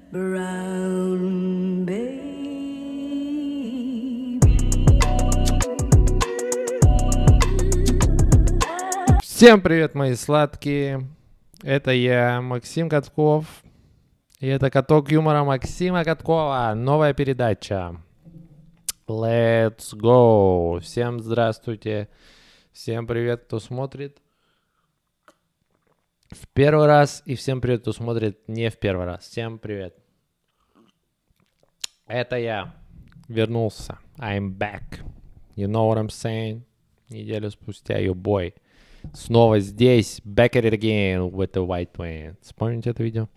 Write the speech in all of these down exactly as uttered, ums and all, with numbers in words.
brown baby. Всем привет, мои сладкие. Это я, Максим Катков. И это каток юмора Максима Каткова. Новая передача. Let's go. Всем здравствуйте. Всем привет, кто смотрит в первый раз. И всем привет, кто смотрит не в первый раз. Всем привет. Это я. Вернулся. I'm back. You know what I'm saying? Неделю спустя, your boy. Снова здесь. Back at it again with the white twins. Помните это видео?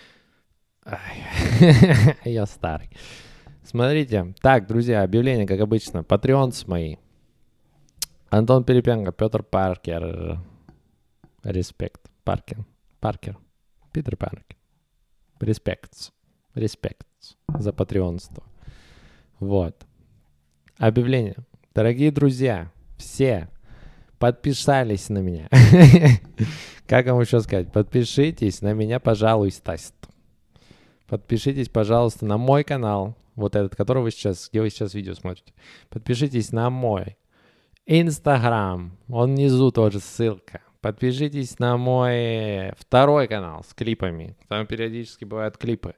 Я старый. Смотрите. Так, друзья, объявление, как обычно. Патреонцы мои. Антон Пилипенко, Петр Паркер. Респект. Паркер. Паркер. Питер Паркер. Респект. Респект за патреонство. Вот. Объявление. Дорогие друзья, все подписались на меня. Как вам еще сказать? Подпишитесь на меня, пожалуйста. Подпишитесь, пожалуйста, на мой канал. Вот этот, который вы сейчас, где вы сейчас видео смотрите. Подпишитесь на мой Инстаграм. Он внизу тоже ссылка. Подпишитесь на мой второй канал с клипами. Там периодически бывают клипы.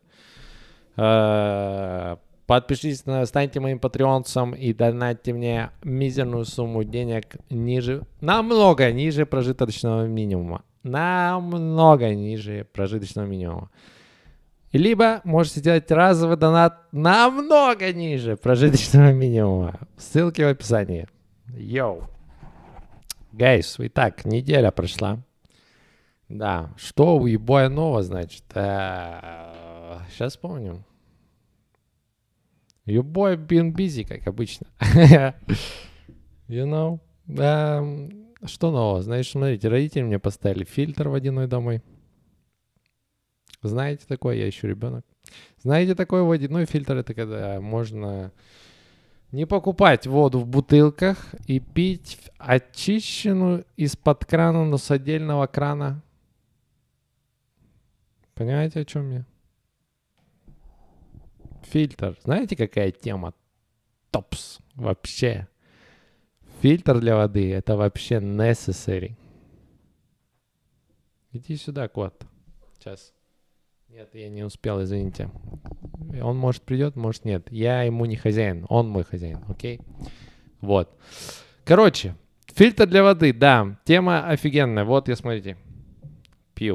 Подпишитесь, на, станьте моим патреонцем и донатьте мне мизерную сумму денег ниже, намного ниже прожиточного минимума. Намного ниже прожиточного минимума. Либо можете сделать разовый донат намного ниже прожиточного минимума. Ссылки в описании. Йоу. Гайс, итак, неделя прошла. Да, что у ебоя нового, значит? Сейчас вспомним. Your boy been busy, как обычно. You know? Um, что нового? Знаешь, смотрите, родители мне поставили фильтр водяной домой. Знаете такое? Я еще ребенок. Знаете, такой водяной фильтр? Это когда можно не покупать воду в бутылках и пить очищенную из-под крана, но с отдельного крана. Понимаете, о чем я? Фильтр. Знаете, какая тема? Топс. Вообще. Фильтр для воды. Это вообще necessary. Иди сюда, кот. Сейчас. Нет, я не успел, извините. Он, может, придет, может, нет. Я ему не хозяин. Он мой хозяин. Окей? Вот. Короче. Фильтр для воды. Да. Тема офигенная. Вот я, смотрите. Пью.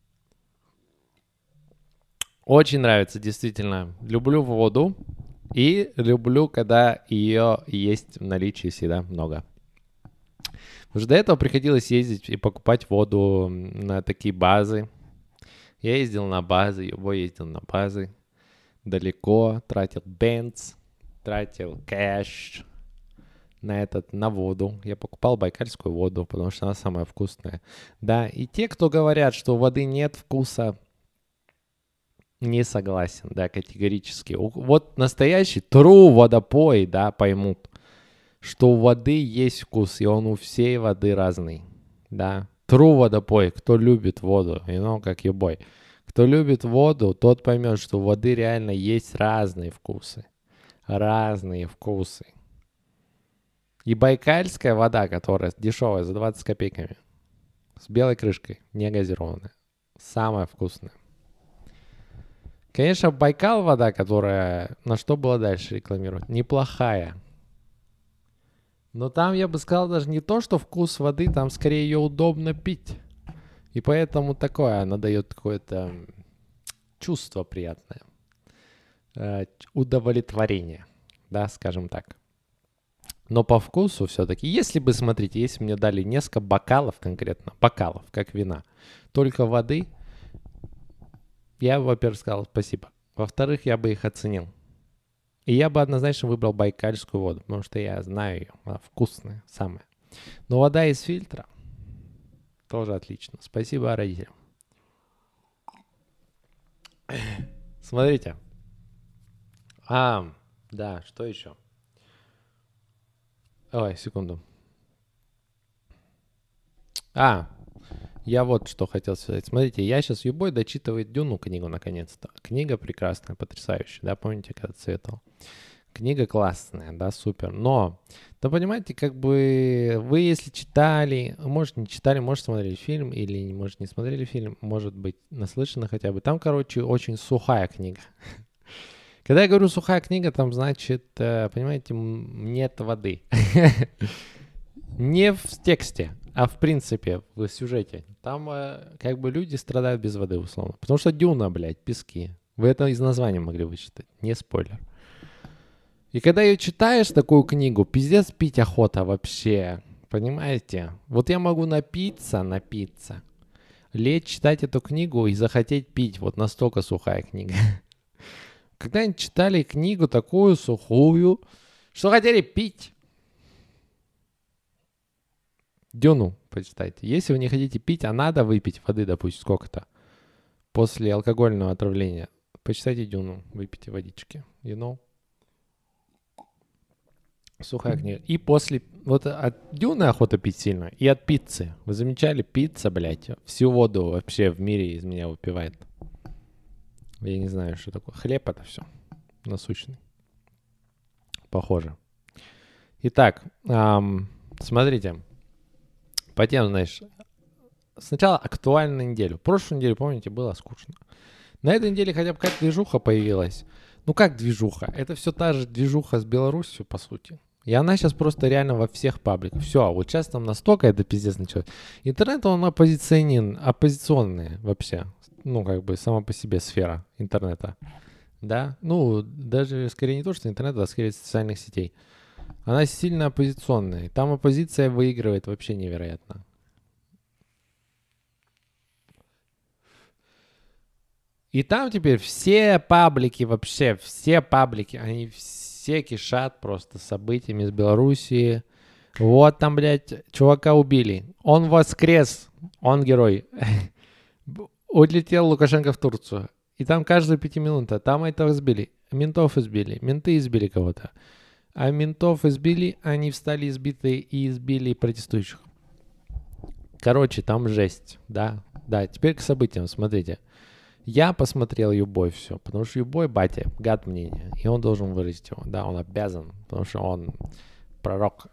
Очень нравится, действительно. Люблю воду и люблю, когда ее есть в наличии всегда много. Потому что до этого приходилось ездить и покупать воду на такие базы. Я ездил на базы, его ездил на базы. Далеко, тратил бенз, тратил кэш на этот, на воду. Я покупал байкальскую воду, потому что она самая вкусная. Да, и те, кто говорят, что у воды нет вкуса... Не согласен, да, категорически. Вот настоящий true водопой, да, поймут, что у воды есть вкус, и он у всей воды разный, да. True водопой, кто любит воду, you know, как ебой. Кто любит воду, тот поймет, что у воды реально есть разные вкусы. Разные вкусы. И байкальская вода, которая дешевая, за двадцать копейками, с белой крышкой, не газированная, самая вкусная. Конечно, Байкал вода, которая... На что было дальше рекламировать? Неплохая. Но там, я бы сказал, даже не то, что вкус воды, там скорее ее удобно пить. И поэтому такое, она дает какое-то чувство приятное. Э, удовлетворение, да, скажем так. Но по вкусу все-таки, если бы, смотрите, если бы мне дали несколько бокалов конкретно, бокалов, как вина, только воды... Я, во-первых, сказал спасибо. Во-вторых, я бы их оценил. И я бы однозначно выбрал байкальскую воду, потому что я знаю ее. Она вкусная, самая. Но вода из фильтра тоже отлично. Спасибо родителям. Смотрите. А, да, что еще? Ой, секунду. А, Я вот что хотел сказать. Смотрите, я сейчас Юбой дочитывает Дюну книгу наконец-то. Книга прекрасная, потрясающая, да, помните, когда советовал? Книга классная, да, супер. Но, да понимаете, как бы вы, если читали, может, не читали, может, смотрели фильм, или, может, не смотрели фильм, может быть, наслышаны хотя бы. Там, короче, очень сухая книга. Когда я говорю сухая книга, там, значит, э, понимаете, м, нет воды. Не в тексте, а в принципе, в сюжете. Там э, как бы люди страдают без воды, условно. Потому что дюна, блядь, пески. Вы это из названия могли вычитать, не спойлер. И когда ее читаешь, такую книгу, пиздец пить охота вообще. Понимаете? Вот я могу напиться, напиться, лечь, читать эту книгу и захотеть пить. Вот настолько сухая книга. Когда-нибудь читали книгу такую сухую, что хотели пить? Дюну почитайте. Если вы не хотите пить, а надо выпить воды, допустим, сколько-то, после алкогольного отравления, почитайте Дюну, выпейте водички. You know? Сухая книга. И после... Вот от Дюны охота пить сильно. И от пиццы. Вы замечали? Пицца, блядь, всю воду вообще в мире из меня выпивает. Я не знаю, что такое. Хлеб это все. Насущный. Похоже. Итак, эм, смотрите. По тем, знаешь, сначала актуальную неделю. Прошлую неделю, помните, было скучно. На этой неделе хотя бы какая-то движуха появилась. Ну как движуха? Это все та же движуха с Беларусью, по сути. И она сейчас просто реально во всех пабликах. Все, вот сейчас там настолько это пиздец началось. Интернет, он оппозиционен, оппозиционный вообще. Ну, как бы сама по себе сфера интернета. Да? Ну, даже скорее не то, что интернета, а скорее социальных сетей. Она сильно оппозиционная. Там оппозиция выигрывает вообще невероятно. И там теперь все паблики, вообще все паблики, они все кишат просто событиями из Белоруссии. Вот там, блядь, чувака убили. Он воскрес. Он герой. Улетел Лукашенко в Турцию. И там каждую пятиминуту. Там этого сбили. Ментов избили. Менты избили кого-то. А ментов избили, они встали избитые и избили протестующих. Короче, там жесть. Да, да. Теперь к событиям. Смотрите. Я посмотрел Юбой все, потому что Юбой батя, гад мнения, и он должен выразить его. Да, он обязан, потому что он пророк.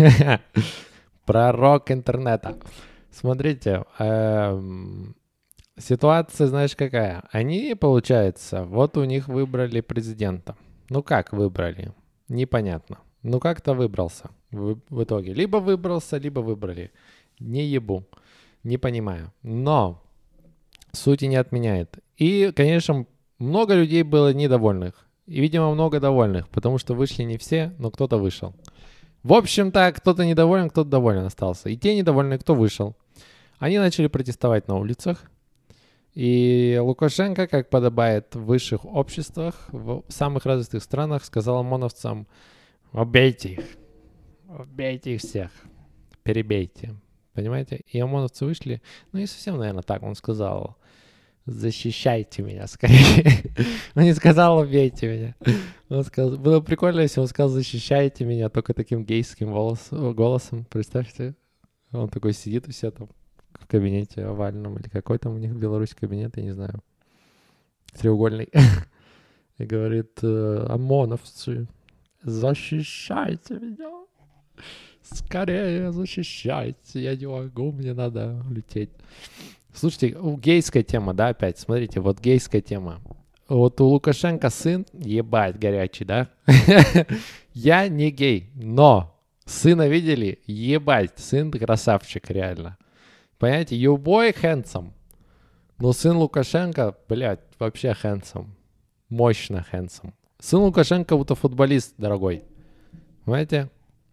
Пророк интернета. Смотрите, эм, ситуация, знаешь, какая? Они, получается, вот у них выбрали президента. Ну как выбрали? Непонятно. Ну как-то выбрался в, в итоге. Либо выбрался, либо выбрали. Не ебу. Не понимаю. Но сути не отменяет. И, конечно, много людей было недовольных. И, видимо, много довольных, потому что вышли не все, но кто-то вышел. В общем-то, кто-то недоволен, кто-то доволен остался. И те недовольные, кто вышел. Они начали протестовать на улицах. И Лукашенко, как подобает в высших обществах, в самых развитых странах, сказал ОМОНовцам: убейте их, убейте их всех, перебейте. Понимаете? И ОМОНовцы вышли, ну не совсем, наверное, так. Он сказал: защищайте меня скорее. Он не сказал убейте меня. Он сказал, было прикольно, если он сказал защищайте меня только таким гейским голос, голосом. Представьте, он такой сидит у себя там в кабинете овальном, или какой там у них в Беларуси кабинет, я не знаю, треугольный, и говорит: ОМОНовцы, защищайте меня, скорее защищайте, я не могу, мне надо лететь. Слушайте, гейская тема, да, опять, смотрите, вот гейская тема. Вот у Лукашенко сын, ебать, горячий, да? Я не гей, но сына видели? Ебать, сын красавчик, реально. Понимаете, любой handsome. Но сын Лукашенко, блядь, вообще handsome. Мощно handsome. Сын Лукашенко будто футболист дорогой. Понимаете?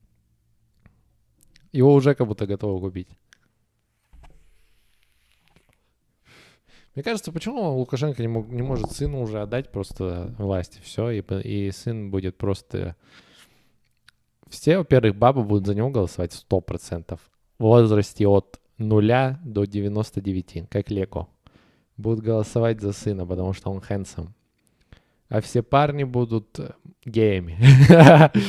Его уже как будто готовы купить. Мне кажется, почему Лукашенко не, мог, не может сыну уже отдать просто власть, все, и, и сын будет просто... Все, во-первых, бабы будут за него голосовать сто процентов. В возрасте от нуля до девяноста девяти, как Леко. Будут голосовать за сына, потому что он handsome. А все парни будут геями.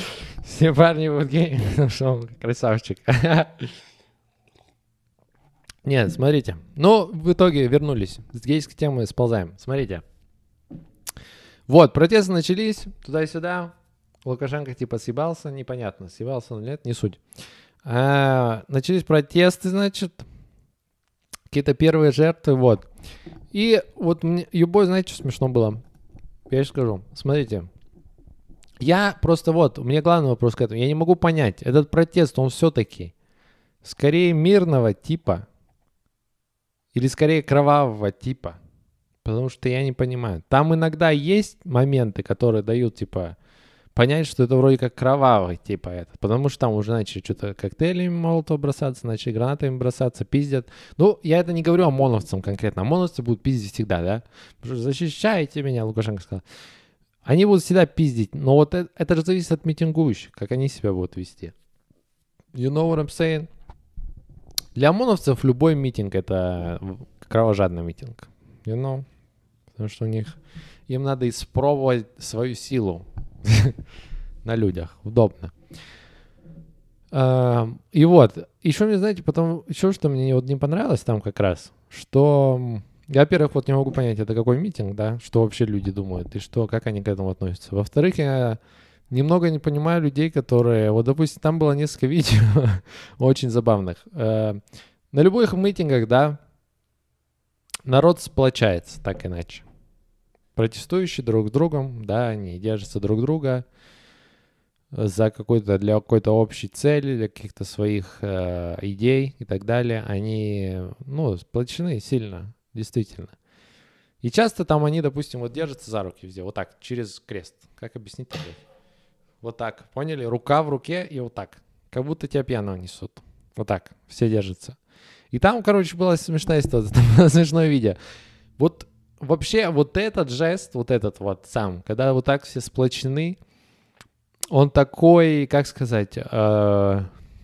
Все парни будут геями, потому что он красавчик. Нет, смотрите. Ну, в итоге вернулись. С гейской темы сползаем. Смотрите. Вот, протесты начались туда-сюда. Лукашенко типа съебался, непонятно, съебался он или нет, не суть. А, начались протесты, значит, какие-то первые жертвы, вот. И вот мне, Юбой, знаете, что смешно было? Я сейчас скажу. Смотрите. Я просто вот, у меня главный вопрос к этому. Я не могу понять, этот протест, он все-таки скорее мирного типа или скорее кровавого типа? Потому что я не понимаю. Там иногда есть моменты, которые дают, типа, понять, что это вроде как кровавый, типа, это. Потому что там уже начали что-то коктейлями молотов бросаться, начали гранатами бросаться, пиздят. Ну, я это не говорю ОМОНовцам конкретно. ОМОНовцы будут пиздить всегда, да? Потому что защищайте меня, Лукашенко сказал. Они будут всегда пиздить. Но вот это, это же зависит от митингующих, как они себя будут вести. You know what I'm saying? Для ОМОНовцев любой митинг — это кровожадный митинг. You know? Потому что у них... Им надо испробовать свою силу на людях. Удобно. И вот. Еще мне, знаете, потом... Еще что мне вот не понравилось там как раз, что... Я, во-первых, вот не могу понять, это какой митинг, да, что вообще люди думают, и что, как они к этому относятся. Во-вторых, я немного не понимаю людей, которые... Вот, допустим, там было несколько видео очень забавных. На любых митингах, да, народ сплочается, так иначе. Протестующие друг с другом, да, они держатся друг друга за какой-то, для какой-то общей цели, для каких-то своих э, идей и так далее. Они, ну, сплочены сильно, действительно. И часто там они, допустим, вот держатся за руки везде, вот так, через крест. Как объяснить тебе? Вот так, поняли? Рука в руке и вот так. Как будто тебя пьяного несут. Вот так, все держатся. И там, короче, была смешная ситуация, там было смешное видео. Вот вообще вот этот жест, вот этот вот сам, когда вот так все сплочены, он такой, как сказать, э,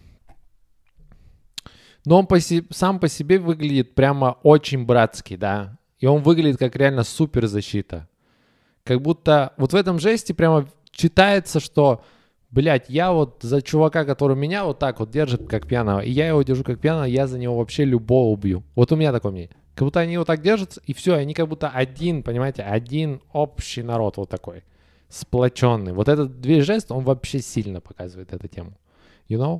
но он по си- сам по себе выглядит прямо очень братский, да, и он выглядит как реально супер защита. Как будто вот в этом жесте прямо читается, что, блядь, я вот за чувака, который меня вот так вот держит как пьяного, и я его держу как пьяного, я за него вообще любого убью. Вот у меня такое мнение. Как будто они вот так держатся, и все, они как будто один, понимаете, один общий народ вот такой, сплоченный. Вот этот движест, он вообще сильно показывает эту тему. You know?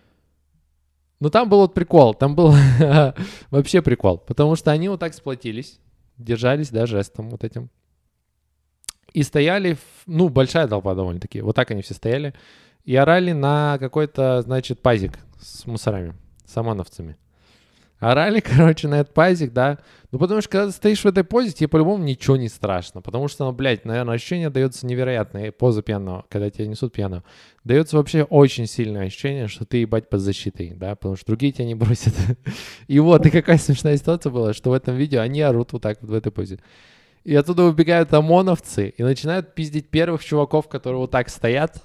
Но там был вот прикол, там был вообще прикол, потому что они вот так сплотились, держались, да, жестом вот этим. И стояли, ну, большая толпа довольно-таки, вот так они все стояли, и орали на какой-то, значит, пазик с мусорами, с ОМОНовцами. Орали, короче, на этот пазик, да. Ну, потому что, когда ты стоишь в этой позе, тебе по-любому ничего не страшно. Потому что, ну, блядь, наверное, ощущение дается невероятное. Поза пьяного, когда тебя несут пьяного. Дается вообще очень сильное ощущение, что ты, ебать, под защитой, да. Потому что другие тебя не бросят. И вот, и какая смешная ситуация была, что в этом видео они орут вот так вот в этой позе. И оттуда убегают ОМОНовцы и начинают пиздить первых чуваков, которые вот так стоят.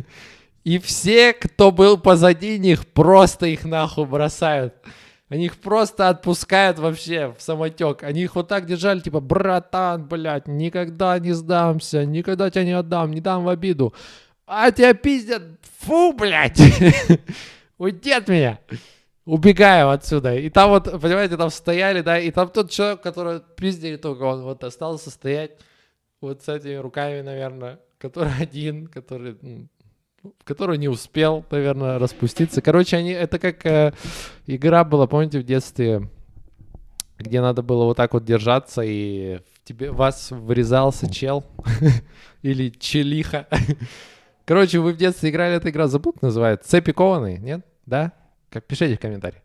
И все, кто был позади них, просто их нахуй бросают. Они их просто отпускают вообще в самотек. Они их вот так держали, типа, братан, блядь, никогда не сдамся, никогда тебя не отдам, не дам в обиду. А тебя пиздят, фу, блядь, уйди от меня. Убегаю отсюда. И там вот, понимаете, там стояли, да, и там тот человек, который пиздили только, он вот остался стоять вот с этими руками, наверное, который один, который... который не успел, наверное, распуститься. Короче, они, это как э, игра была, помните, в детстве, где надо было вот так вот держаться, и в тебе, в вас вырезался чел или челиха. Короче, вы в детстве играли, эта игра, забыл, называется? Цепи кованые, нет? Да? Как, пишите в комментариях.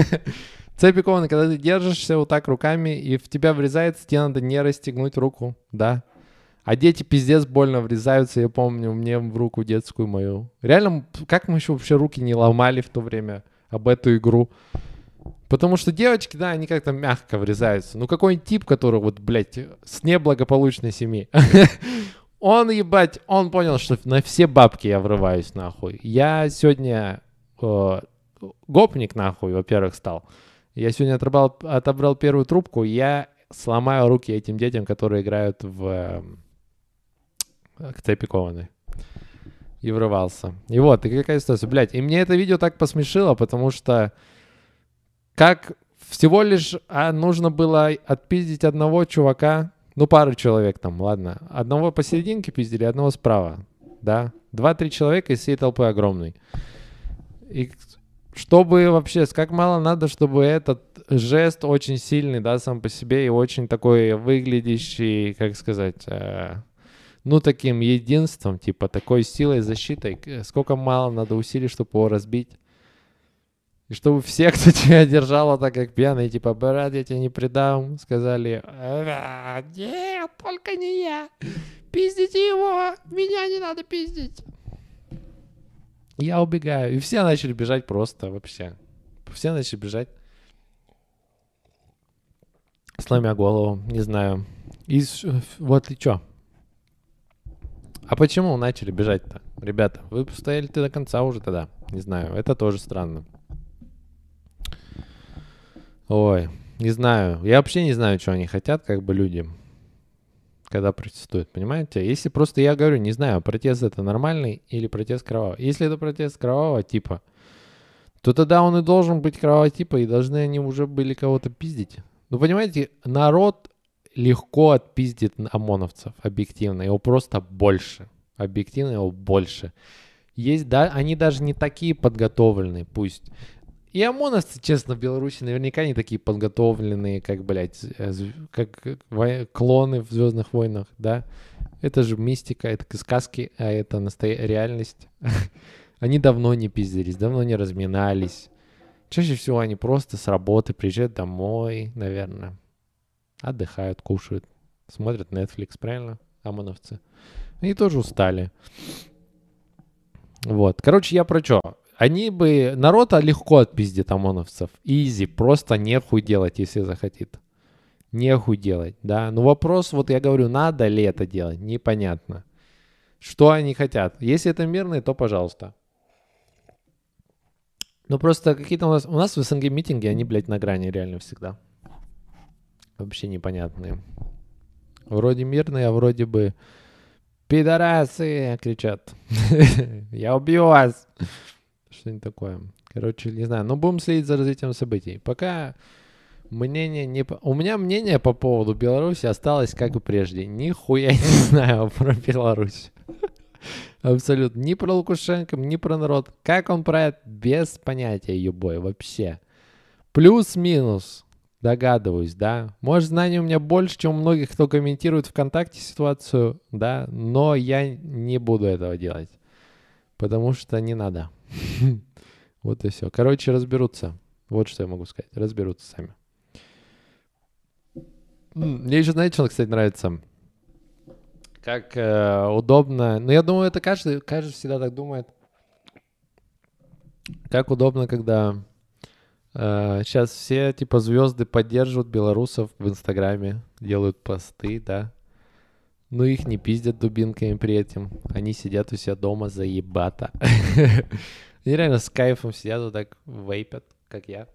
Цепи кованые, когда ты держишься вот так руками, и в тебя врезается, тебе надо не расстегнуть руку, да? А дети пиздец больно врезаются, я помню, мне в руку детскую мою. Реально, как мы еще вообще руки не ломали в то время об эту игру? Потому что девочки, да, они как-то мягко врезаются. Ну какой-нибудь тип, который вот, блядь, с неблагополучной семьи. Он, ебать, он понял, что на все бабки я врываюсь, нахуй. Я сегодня э, гопник, нахуй, во-первых, стал. Я сегодня отобрал, отобрал первую трубку, я сломаю руки этим детям, которые играют в... к цепи кованой. И врывался. И вот, и какая ситуация, блядь. И мне это видео так посмешило, потому что как всего лишь а, нужно было отпиздить одного чувака, ну, пару человек там, ладно. Одного посерединке пиздили, одного справа, да. Два-три человека из всей толпы огромной. И чтобы вообще, как мало надо, чтобы этот жест очень сильный, да, сам по себе, и очень такой выглядящий, как сказать, э, ну, таким единством, типа, такой силой, защитой. Сколько мало надо усилий, чтобы его разбить. И чтобы все, кто тебя держал, вот так как пьяный, типа, брат, я тебя не предам, сказали, «А, нет, только не я, пиздите его, меня не надо пиздить». Я убегаю. И все начали бежать просто вообще. Все начали бежать, сломя голову, не знаю. И вот и чё? А почему начали бежать-то? Ребята, вы стояли-то до конца уже тогда. Не знаю, это тоже странно. Ой, не знаю. Я вообще не знаю, что они хотят, как бы люди, когда протестуют, понимаете? Если просто, я говорю, не знаю, протест это нормальный или протест кровавый. Если это протест кровавого типа, то тогда он и должен быть кровавого типа, и должны они уже были кого-то пиздить. Ну, понимаете, народ легко отпиздит ОМОНовцев, объективно. Его просто больше. Объективно его больше. Есть, да, они даже не такие подготовленные, пусть. И ОМОНовцы, честно, в Беларуси наверняка не такие подготовленные, как, блядь, как клоны в «Звездных войнах», да? Это же мистика, это сказки, а это настоящая реальность. Они давно не пиздились, давно не разминались. Чаще всего они просто с работы приезжают домой, наверное. Отдыхают, кушают, смотрят Netflix, правильно, ОМОНовцы? Они тоже устали. Вот. Короче, я про что? Они бы... Народ легко отпиздит ОМОНовцев. Изи. Просто нехуй делать, если захотит. Нехуй делать, да. Но вопрос, вот я говорю, надо ли это делать? Непонятно. Что они хотят? Если это мирные, то пожалуйста. Ну просто какие-то у нас... У нас в СНГ митинги, они, блядь, на грани реально всегда. Вообще непонятные. Вроде мирные, а вроде бы... Пидорасы кричат. Я убью вас. Что-нибудь такое. Короче, не знаю. Но будем следить за развитием событий. Пока мнение не... У меня мнение по поводу Беларуси осталось как и прежде. Нихуя не знаю про Беларусь. Абсолютно. Ни про Лукашенко, ни про народ. Как он про это? Без понятия, ебой, вообще. Плюс-минус. Догадываюсь, да. Может, знаний у меня больше, чем у многих, кто комментирует ВКонтакте ситуацию, да, но я не буду этого делать, потому что не надо. Вот и все. Короче, разберутся. Вот что я могу сказать. Разберутся сами. Мне еще, знаете, что, кстати, нравится? Как э, удобно. Ну, я думаю, это каждый, каждый всегда так думает. Как удобно, когда... Сейчас все, типа, звезды поддерживают белорусов в Инстаграме, делают посты, да. Ну, их не пиздят дубинками при этом. Они сидят у себя дома заебато. Они реально с кайфом сидят вот так, вейпят, как я.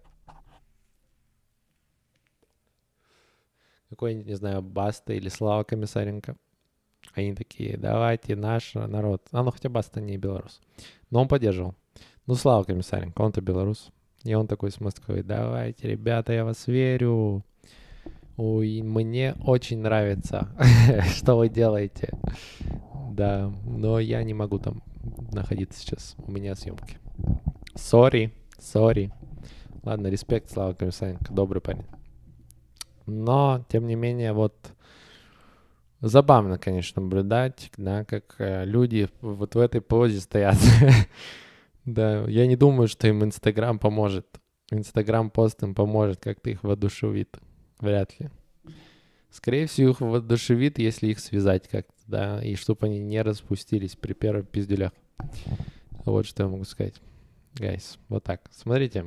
Какой-нибудь, не знаю, Баста или Слава Комиссаренко. Они такие, давайте, наш народ. А, ну, хотя Баста не белорус. Но он поддерживал. Ну, Слава Комиссаренко, он-то белорус. И он такой с Москвы, давайте, ребята, я вас верю. Ой, мне очень нравится, что вы делаете. Да, но я не могу там находиться сейчас. У меня съемки. Сори, сори. Ладно, респект, Слава Комиссаренко, добрый парень. Но, тем не менее, вот забавно, конечно, наблюдать, да, как э, люди вот в этой позе стоят. Да, я не думаю, что им Инстаграм поможет. Инстаграм-пост им поможет, как-то их воодушевит. Вряд ли. Скорее всего, их воодушевит, если их связать как-то, да, и чтобы они не распустились при первых пиздюлях. Вот что я могу сказать. Гайс, вот так. Смотрите.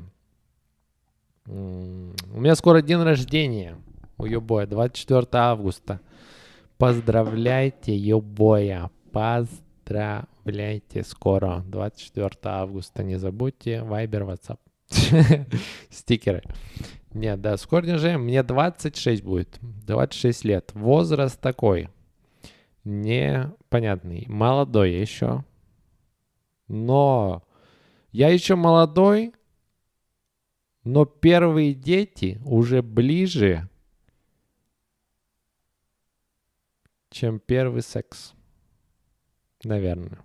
М-м, у меня скоро день рождения у Ёбоя, двадцать четвёртого августа. Поздравляйте Ёбоя. Поздравляйте. Поздравляйте, скоро, двадцать четвёртого августа, не забудьте, Вайбер, WhatsApp, стикеры. Нет, да, скоро день рождения, мне двадцать шесть будет, двадцать шесть лет, возраст такой, непонятный, молодой еще, но я еще молодой, Но первые дети уже ближе, чем первый секс. Наверное.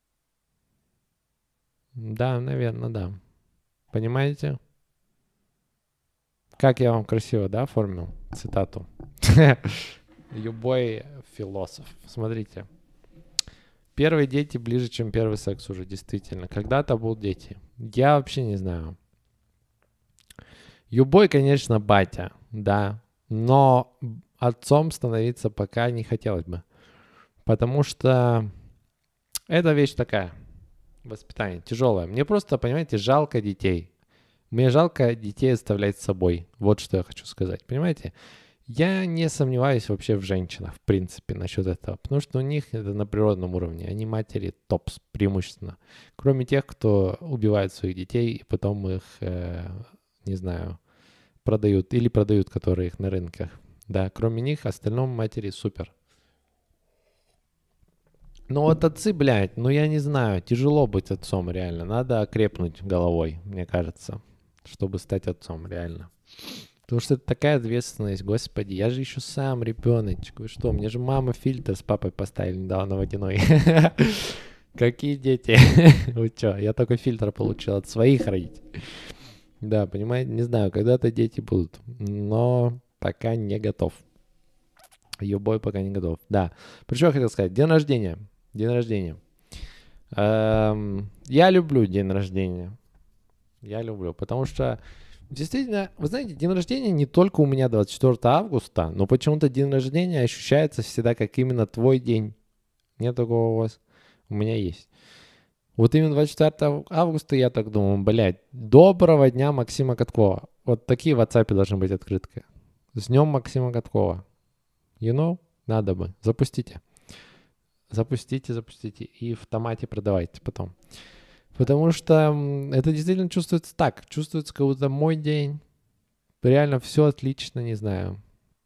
Да, наверное, да. Понимаете? Как я вам красиво, да, оформил цитату? Любой философ. Смотрите. Первые дети ближе, чем первый секс уже, действительно. Когда-то будут дети. Я вообще не знаю. Любой, конечно, батя, да. Но отцом становиться пока не хотелось бы. Потому что это вещь такая. Воспитание тяжелое. Мне просто, понимаете, жалко детей. Мне жалко детей оставлять с собой. Вот что я хочу сказать. Понимаете? Я не сомневаюсь вообще в женщинах, в принципе, насчет этого. Потому что у них это на природном уровне. Они матери топс преимущественно. Кроме тех, кто убивает своих детей и потом их, э, не знаю, продают. Или продают, которые их на рынках. Да, кроме них, остальном матери супер. Ну вот отцы, блядь, ну я не знаю, тяжело быть отцом реально. Надо окрепнуть головой, мне кажется, чтобы стать отцом, реально. Потому что это такая ответственность, господи, я же еще сам ребеночек. Вы что, мне же мама фильтр с папой поставили недавно водяной. Какие дети? Вы что, я такой фильтр получил от своих родителей. Да, понимаете, не знаю, когда-то дети будут, но пока не готов. Юбой пока не готов, да. Причем я хотел сказать, день рождения. День рождения. Эм, я люблю день рождения. Я люблю, потому что действительно, вы знаете, день рождения не только у меня двадцать четвёртого августа, но почему-то день рождения ощущается всегда как именно твой день. Нет такого у вас? У меня есть. Вот именно двадцать четвёртого августа я так думаю, блядь, доброго дня Максима Каткова. Вот такие в WhatsApp должны быть открытки. С днем Максима Каткова. You know? Надо бы. Запустите. Запустите, запустите. И в томате продавайте потом. Потому что это действительно чувствуется так. Чувствуется, как будто мой день. Реально все отлично, не знаю.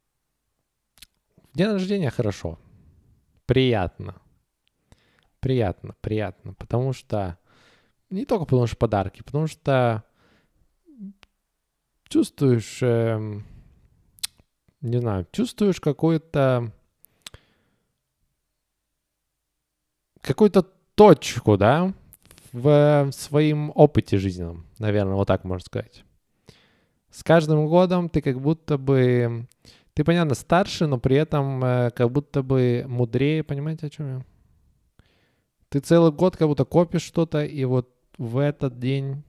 День рождения хорошо. Приятно. Приятно, приятно. Потому что... Не только потому что подарки. Потому что чувствуешь... Э, не знаю. Чувствуешь какую-то... Какую-то точку, да? В своем опыте жизненном, наверное, вот так можно сказать. С каждым годом ты как будто бы, ты, понятно, старше, но при этом э, как будто бы мудрее, понимаете, о чем я? Ты целый год как будто копишь что-то, и вот в этот день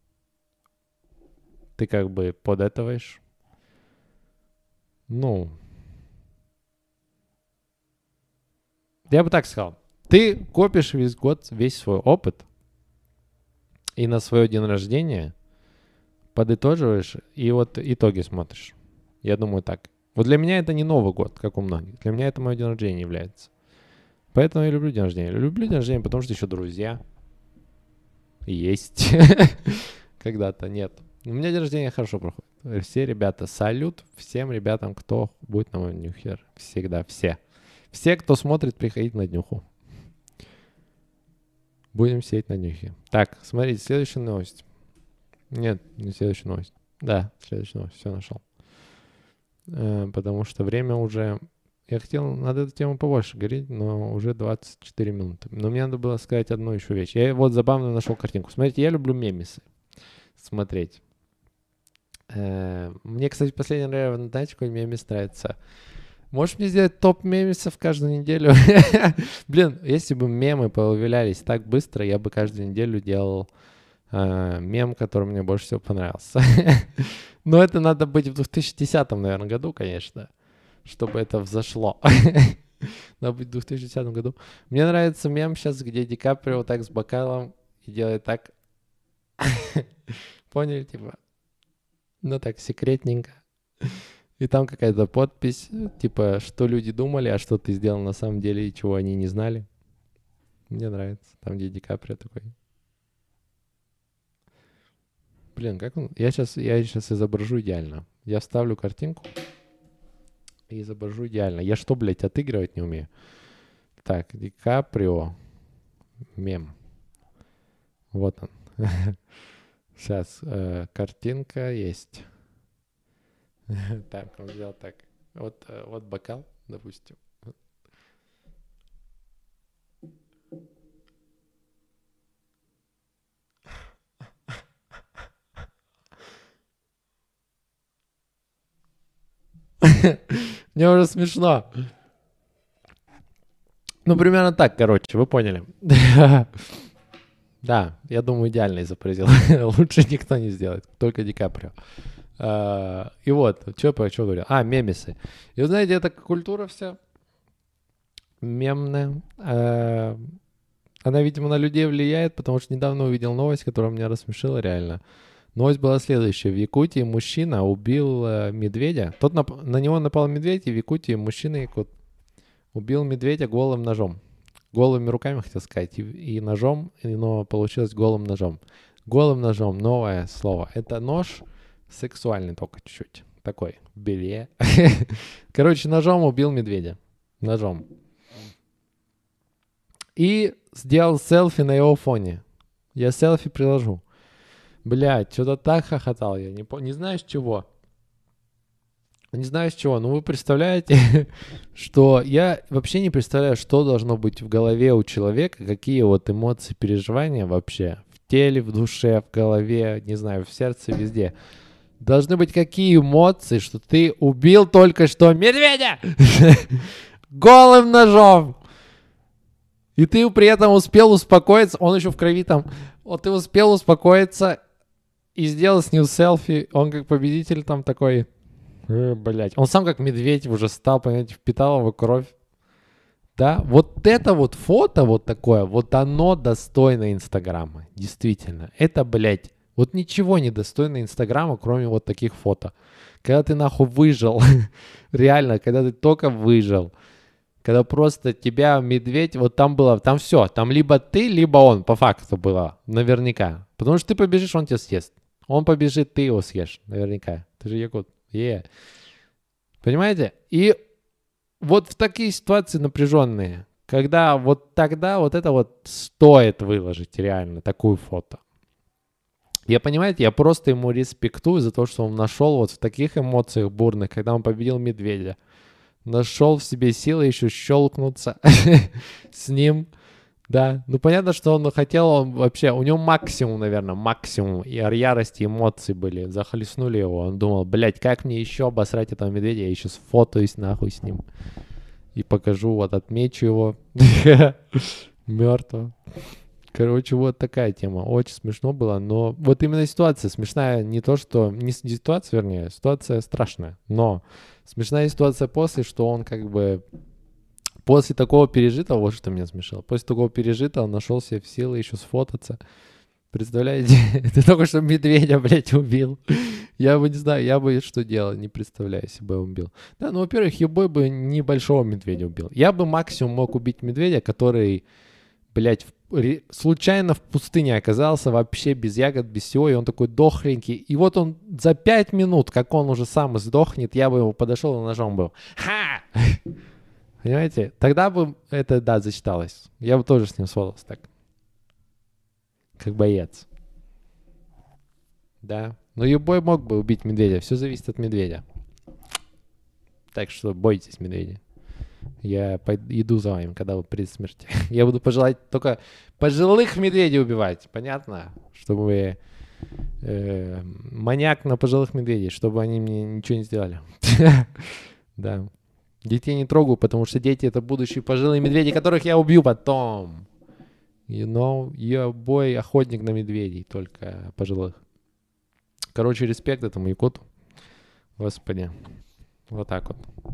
ты как бы подэтываешь. Ну, я бы так сказал. Ты копишь весь год, весь свой опыт, и на свое день рождения подытоживаешь, и вот итоги смотришь. Я думаю так. Вот для меня это не Новый год, как у многих. Для меня это мой день рождения является. Поэтому я люблю день рождения. Люблю день рождения, потому что еще друзья есть. Когда-то нет. У меня день рождения хорошо проходит. Все ребята, салют всем ребятам, кто будет на мой нюхер. Всегда, все. Все, кто смотрит, приходить на днюху. Будем сидеть на днюхе. Так, смотрите, следующая новость. Нет, не следующая новость. Да, следующая новость. Все нашел. Э, потому что время уже... Я хотел над эту тему побольше говорить, но уже двадцать четыре минуты. Но мне надо было сказать одну еще вещь. Я вот забавно нашел картинку. Смотрите, я люблю мемесы смотреть. Э, мне, кстати, последний раз, знаете, какой мемес нравится? Можешь мне сделать топ мемесов каждую неделю? Блин, если бы мемы появлялись так быстро, я бы каждую неделю делал э, мем, который мне больше всего понравился. Но это надо быть в две тысячи десятом, наверное, году, конечно, чтобы это взошло. Надо быть в две тысячи десятом году. Мне нравится мем сейчас, где Ди Каприо вот так с бокалом и делает так. Поняли, типа? Ну так, секретненько. И там какая-то подпись, типа, что люди думали, а что ты сделал на самом деле, и чего они не знали. Мне нравится. Там, где Ди Каприо такой. Блин, как он... Я сейчас, я сейчас изображу идеально. Я вставлю картинку и изображу идеально. Я что, блядь, отыгрывать не умею? Так, Ди Каприо. Мем. Вот он. Сейчас, э, картинка есть. Так, он взял так. Вот, э, вот бокал, допустим. Мне уже смешно. Ну, примерно так, короче, вы поняли. Да, я думаю, идеально изобразил. Лучше никто не сделает, только Ди Каприо. А, и вот, что я что говорил? А, мемесы. И вы знаете, эта культура вся мемная. а, Она, видимо, на людей влияет, потому что недавно увидел новость, которая меня рассмешила реально. Новость была следующая. В Якутии мужчина убил э, медведя. Тот нап- на него напал медведь, и в Якутии мужчина якут убил медведя голым ножом. Голыми руками, хотел сказать, и, и ножом, и, но получилось голым ножом. Голым ножом, новое слово. Это нож сексуальный только чуть-чуть. Такой, в белье. Короче, ножом убил медведя. Ножом. И сделал селфи на его фоне. Я селфи приложу. Блядь, что-то так хохотал я. Не, по- не знаю с чего. Не знаю с чего, но вы представляете, что я вообще не представляю, что должно быть в голове у человека, какие вот эмоции, переживания вообще в теле, в душе, в голове, не знаю, в сердце, везде. Должны быть какие эмоции, что ты убил только что медведя голым ножом. И ты при этом успел успокоиться, он еще в крови там, вот ты успел успокоиться и сделал с ним селфи, он как победитель там такой... Э, блять. Он сам как медведь уже стал, понимаете, впитал его кровь. Да, вот это вот фото вот такое, вот оно достойно Инстаграма. Действительно. Это, блядь, вот ничего не достойно Инстаграма, кроме вот таких фото. Когда ты нахуй выжил, реально, когда ты только выжил, когда просто тебя медведь, вот там было, там все, там либо ты, либо он, по факту было, наверняка. Потому что ты побежишь, он тебя съест. Он побежит, ты его съешь, наверняка. Ты же якут. Yeah. Понимаете? И вот в такие ситуации напряженные, когда вот тогда вот это вот стоит выложить реально, такую фото. Я, понимаете, я просто ему респектую за то, что он нашел вот в таких эмоциях бурных, когда он победил медведя, нашел в себе силы еще щелкнуться с ним. Да, ну понятно, что он хотел, он вообще, у него максимум, наверное, максимум и ярости, эмоций были, захлестнули его. Он думал, блядь, как мне еще обосрать этого медведя, я еще сфотаюсь нахуй с ним и покажу, вот отмечу его мертвого. Короче, вот такая тема. Очень смешно было, но вот именно ситуация смешная, не то, что, не ситуация, вернее, ситуация страшная, но смешная ситуация после, что он как бы... После такого пережитого, вот что меня смешало, после такого пережитого нашел себе в силы еще сфотаться. Представляете? Ты только что медведя, блядь, убил. Я бы не знаю, я бы что делал, не представляю, если бы я убил. Да, ну, во-первых, любой бы небольшого медведя убил. Я бы максимум мог убить медведя, который, блядь, в, случайно в пустыне оказался, вообще без ягод, без всего, и он такой дохленький. И вот он за пять минут, как он уже сам сдохнет, я бы его подошел и ножом был. Ха! Понимаете? Тогда бы это, да, зачиталось. Я бы тоже с ним сфотался так. Как боец. Да. Но любой мог бы убить медведя. Все зависит от медведя. Так что бойтесь медведя. Я иду за вами, когда вы при смерти. Я буду пожелать только пожилых медведей убивать. Понятно? Чтобы э, маньяк на пожилых медведей, чтобы они мне ничего не сделали. Да. Детей не трогаю, потому что дети — это будущие пожилые медведи, которых я убью потом. You know, я бой охотник на медведей, только пожилых. Короче, респект этому якуту. Господи. Вот так вот.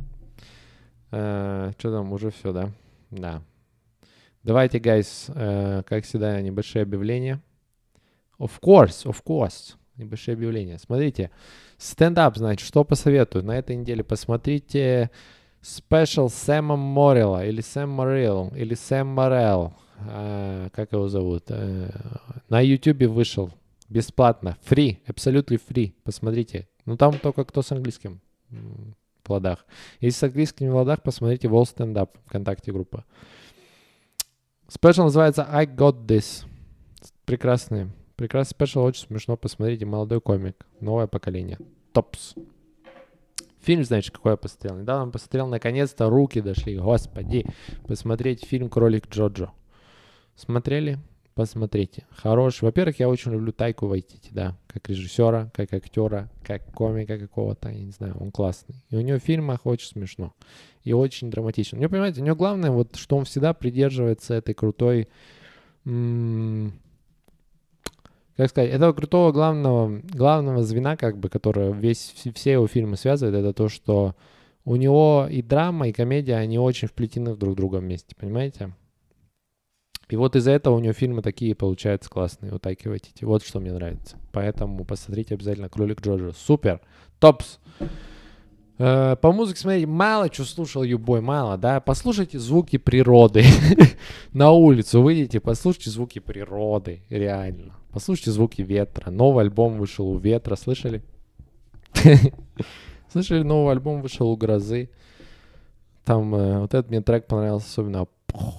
Uh, что там, уже все, да? Да. Давайте, guys, uh, как всегда, небольшие объявления. Of course, of course. Небольшие объявления. Смотрите, стендап, значит, что посоветую? На этой неделе посмотрите Special Сэма Моррелла, или Сэм Моррелл, или Сэм Моррелл. Uh, как его зовут? Uh, на YouTube вышел. Бесплатно. Free. Абсолютно free. Посмотрите. Ну, там только кто с английским в ладах. Если с английским в ладах, посмотрите Wall Stand Up, ВКонтакте группа. Special называется I Got This. Прекрасный, Прекрасный спешл, очень смешно. Посмотрите, молодой комик. Новое поколение. Топс. Фильм, знаешь, какой я посмотрел? Недавно посмотрел, наконец-то руки дошли. Господи. Посмотреть фильм «Кролик Джоджо». Смотрели? Посмотрите. Хороший. Во-первых, я очень люблю Тайку Вайтити, да. Как режиссера, как актера, как комика какого-то. Я не знаю, он классный. И у него в фильмах очень смешно. И очень драматично. У него, понимаете, у него главное, вот, что он всегда придерживается этой крутой... М- как сказать, этого крутого главного, главного звена, как бы, которое весь, все его фильмы связывает, это то, что у него и драма, и комедия, они очень вплетены в друг друга вместе, понимаете? И вот из-за этого у него фильмы такие получаются классные, вот Тайки Вайтити. Вот что мне нравится. Поэтому посмотрите обязательно «Кролик Джоджо». Супер! Топс! Э, по музыке, смотрите, мало что слушал Юбой, мало, да? Послушайте звуки природы. На улицу выйдите, послушайте звуки природы, реально. Послушайте звуки ветра. Новый альбом вышел у ветра, слышали? Слышали, новый альбом вышел у грозы. Там э, вот этот мне трек понравился особенно.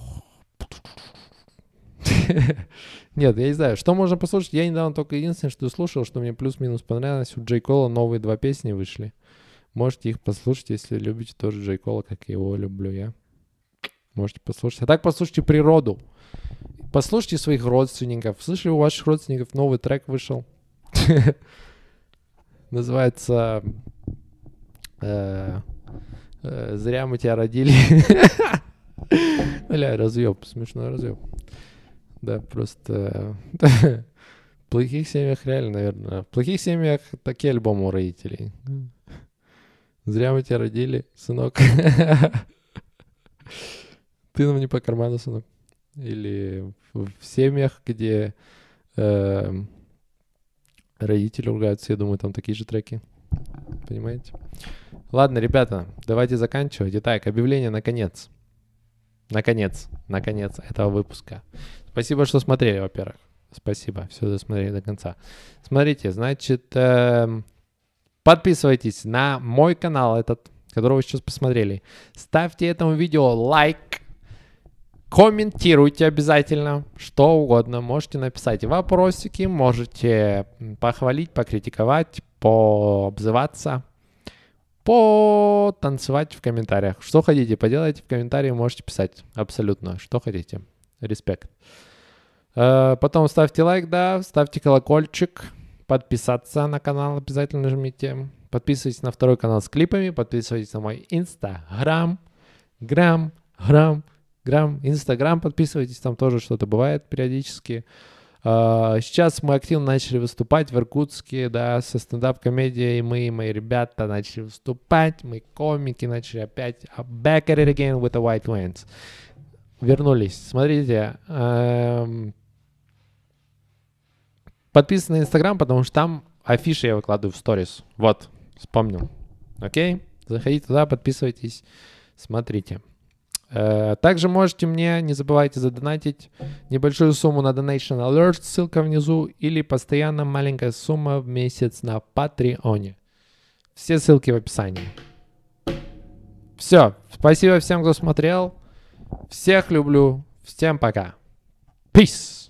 Нет, я не знаю, что можно послушать. Я недавно только единственное, что слушал, что мне плюс-минус понравилось. У Джей Кола новые два песни вышли. Можете их послушать, если любите тоже Джей Кола, как его люблю я. Можете послушать. А так послушайте природу. Послушайте своих родственников. Слышали, у ваших родственников новый трек вышел? Называется «Зря мы тебя родили». Бля, разъеб, смешной разъеб. Да, просто... В плохих семьях реально, наверное. В плохих семьях такие альбомы у родителей. Зря мы тебя родили, сынок. Ты нам не по карману, сынок. Или в семьях, где э, родители ругаются, я думаю, там такие же треки. Понимаете? Ладно, ребята, давайте заканчивать. Итак, объявление наконец. Наконец, наконец этого выпуска. Спасибо, что смотрели, во-первых. Спасибо, все досмотрели до конца. Смотрите, значит, э, подписывайтесь на мой канал этот, который вы сейчас посмотрели. Ставьте этому видео лайк. Комментируйте обязательно, что угодно. Можете написать вопросики, можете похвалить, покритиковать, пообзываться, потанцевать в комментариях. Что хотите, поделайте в комментарии, можете писать абсолютно, что хотите. Респект. Потом ставьте лайк, да, ставьте колокольчик, подписаться на канал обязательно нажмите. Подписывайтесь на второй канал с клипами, подписывайтесь на мой инстаграм, грамм, грамм, грамм, инстаграм, подписывайтесь, там тоже что-то бывает периодически. Сейчас мы активно начали выступать в Иркутске, да, со стендап-комедией. Мы и мои ребята начали выступать, мы комики начали опять back at it again with the white wings. Вернулись. Смотрите, эм, подписывайтесь на инстаграм, потому что там афиши я выкладываю в сторис. Вот, вспомнил. Окей? Заходите туда, подписывайтесь, смотрите. Также можете мне, не забывайте задонатить небольшую сумму на Donation Alert, ссылка внизу, или постоянно маленькая сумма в месяц на Патреоне. Все ссылки в описании. Все, спасибо всем, кто смотрел. Всех люблю. Всем пока. Peace.